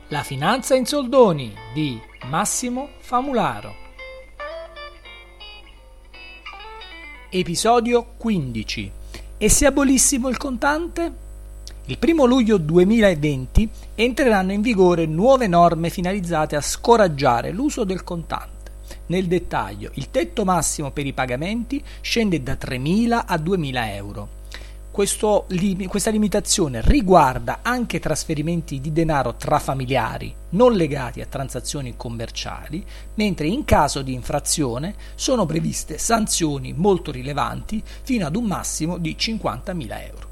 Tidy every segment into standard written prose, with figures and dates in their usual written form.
La finanza in soldoni di Massimo Famularo. Episodio 15. E se abolissimo il contante? Il 1 luglio 2020 entreranno in vigore nuove norme finalizzate a scoraggiare l'uso del contante. Nel dettaglio, il tetto massimo per i pagamenti scende da 3.000 a 2.000 euro. Questa limitazione riguarda anche trasferimenti di denaro tra familiari non legati a transazioni commerciali, mentre in caso di infrazione sono previste sanzioni molto rilevanti fino ad un massimo di 50.000 euro.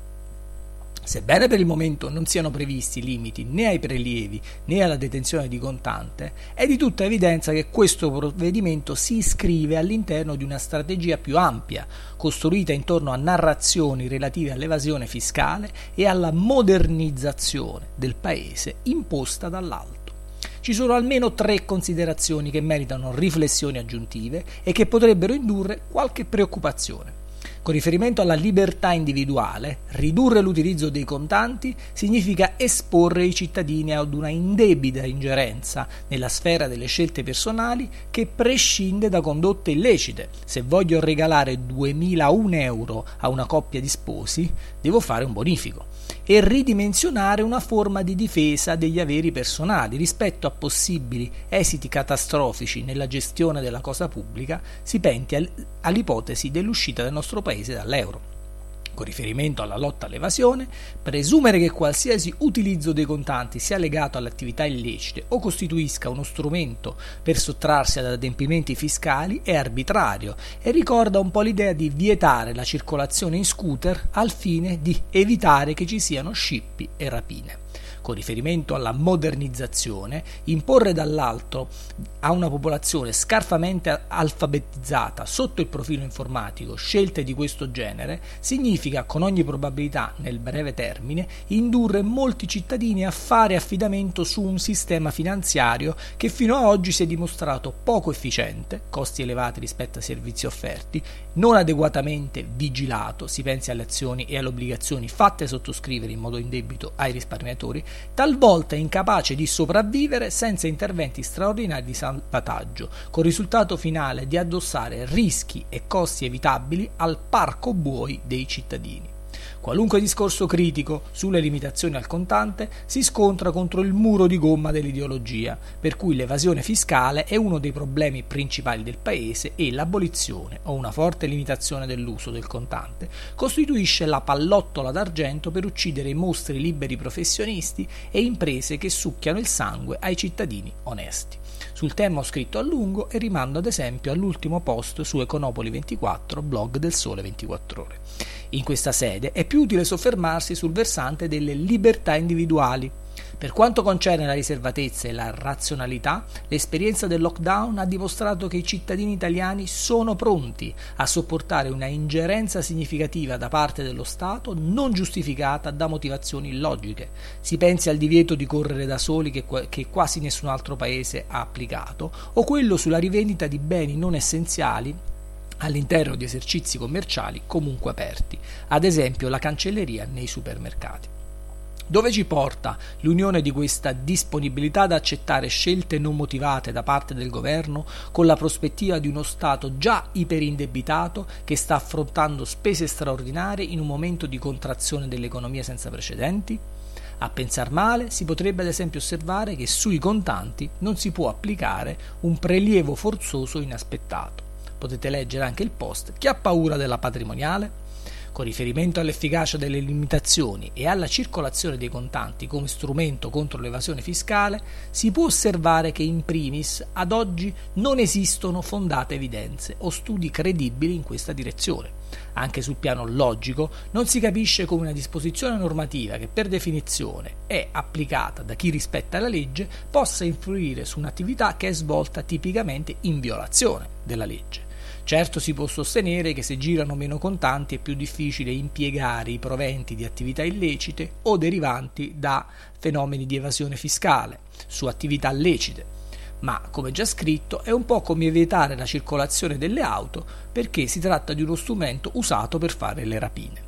Sebbene per il momento non siano previsti limiti né ai prelievi né alla detenzione di contante, è di tutta evidenza che questo provvedimento si iscrive all'interno di una strategia più ampia, costruita intorno a narrazioni relative all'evasione fiscale e alla modernizzazione del paese imposta dall'alto. Ci sono almeno 3 considerazioni che meritano riflessioni aggiuntive e che potrebbero indurre qualche preoccupazione. Con riferimento alla libertà individuale, ridurre l'utilizzo dei contanti significa esporre i cittadini ad una indebita ingerenza nella sfera delle scelte personali che prescinde da condotte illecite. Se voglio regalare 2.001 euro a una coppia di sposi, devo fare un bonifico e ridimensionare una forma di difesa degli averi personali rispetto a possibili esiti catastrofici nella gestione della cosa pubblica. Si pensi all'ipotesi dell'uscita del nostro paese dall'euro. Con riferimento alla lotta all'evasione, presumere che qualsiasi utilizzo dei contanti sia legato alle attività illecite o costituisca uno strumento per sottrarsi ad adempimenti fiscali è arbitrario e ricorda un po' l'idea di vietare la circolazione in scooter al fine di evitare che ci siano scippi e rapine. Con riferimento alla modernizzazione, imporre dall'alto a una popolazione scarsamente alfabetizzata sotto il profilo informatico scelte di questo genere significa, con ogni probabilità nel breve termine, indurre molti cittadini a fare affidamento su un sistema finanziario che fino ad oggi si è dimostrato poco efficiente, costi elevati rispetto ai servizi offerti, non adeguatamente vigilato, si pensi alle azioni e alle obbligazioni fatte sottoscrivere in modo indebito ai risparmiatori, talvolta incapace di sopravvivere senza interventi straordinari di salvataggio, con il risultato finale di addossare rischi e costi evitabili al parco buoi dei cittadini. Qualunque discorso critico sulle limitazioni al contante si scontra contro il muro di gomma dell'ideologia, per cui l'evasione fiscale è uno dei problemi principali del paese e l'abolizione o una forte limitazione dell'uso del contante costituisce la pallottola d'argento per uccidere i mostri liberi professionisti e imprese che succhiano il sangue ai cittadini onesti. Sul tema ho scritto a lungo e rimando ad esempio all'ultimo post su Econopoli 24, blog del Sole 24 Ore. In questa sede è più utile soffermarsi sul versante delle libertà individuali. Per quanto concerne la riservatezza e la razionalità, l'esperienza del lockdown ha dimostrato che i cittadini italiani sono pronti a sopportare una ingerenza significativa da parte dello Stato non giustificata da motivazioni illogiche. Si pensi al divieto di correre da soli che quasi nessun altro paese ha applicato, o quello sulla rivendita di beni non essenziali all'interno di esercizi commerciali comunque aperti, ad esempio la cancelleria nei supermercati. Dove ci porta l'unione di questa disponibilità ad accettare scelte non motivate da parte del governo con la prospettiva di uno Stato già iperindebitato che sta affrontando spese straordinarie in un momento di contrazione dell'economia senza precedenti? A pensar male, si potrebbe ad esempio osservare che sui contanti non si può applicare un prelievo forzoso inaspettato. Potete leggere anche il post "Chi ha paura della patrimoniale?". Con riferimento all'efficacia delle limitazioni e alla circolazione dei contanti come strumento contro l'evasione fiscale, si può osservare che in primis ad oggi non esistono fondate evidenze o studi credibili in questa direzione. Anche sul piano logico non si capisce come una disposizione normativa che per definizione è applicata da chi rispetta la legge possa influire su un'attività che è svolta tipicamente in violazione della legge. Certo, si può sostenere che se girano meno contanti è più difficile impiegare i proventi di attività illecite o derivanti da fenomeni di evasione fiscale su attività lecite, ma, come già scritto, è un po' come vietare la circolazione delle auto perché si tratta di uno strumento usato per fare le rapine.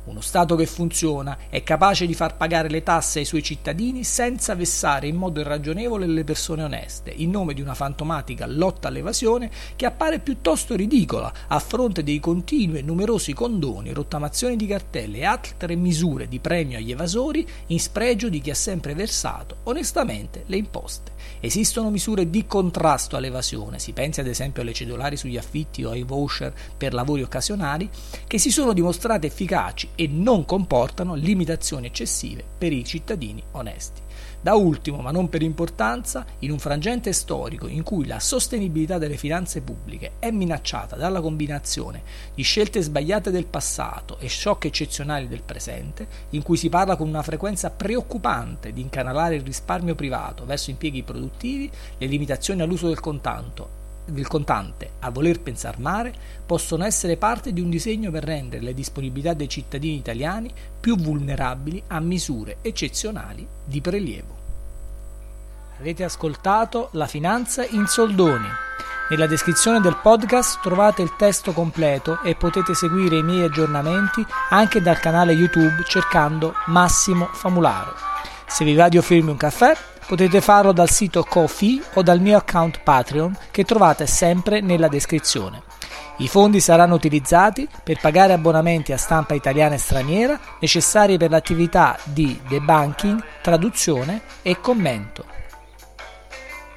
Uno Stato che funziona è capace di far pagare le tasse ai suoi cittadini senza vessare in modo irragionevole le persone oneste, in nome di una fantomatica lotta all'evasione che appare piuttosto ridicola a fronte dei continui e numerosi condoni, rottamazioni di cartelle e altre misure di premio agli evasori in spregio di chi ha sempre versato onestamente le imposte. Esistono misure di contrasto all'evasione, si pensi ad esempio alle cedolari sugli affitti o ai voucher per lavori occasionali, che si sono dimostrate efficaci e non comportano limitazioni eccessive per i cittadini onesti. Da ultimo, ma non per importanza, in un frangente storico in cui la sostenibilità delle finanze pubbliche è minacciata dalla combinazione di scelte sbagliate del passato e shock eccezionali del presente, in cui si parla con una frequenza preoccupante di incanalare il risparmio privato verso impieghi produttivi, le limitazioni all'uso del contante a voler pensar male possono essere parte di un disegno per rendere le disponibilità dei cittadini italiani più vulnerabili a misure eccezionali di prelievo. Avete ascoltato La Finanza in Soldoni. Nella descrizione del podcast trovate il testo completo e potete seguire i miei aggiornamenti anche dal canale YouTube cercando Massimo Famularo. Se vi va di offrirmi un caffè, potete farlo dal sito Ko-fi o dal mio account Patreon che trovate sempre nella descrizione. I fondi saranno utilizzati per pagare abbonamenti a stampa italiana e straniera necessari per l'attività di debunking, traduzione e commento.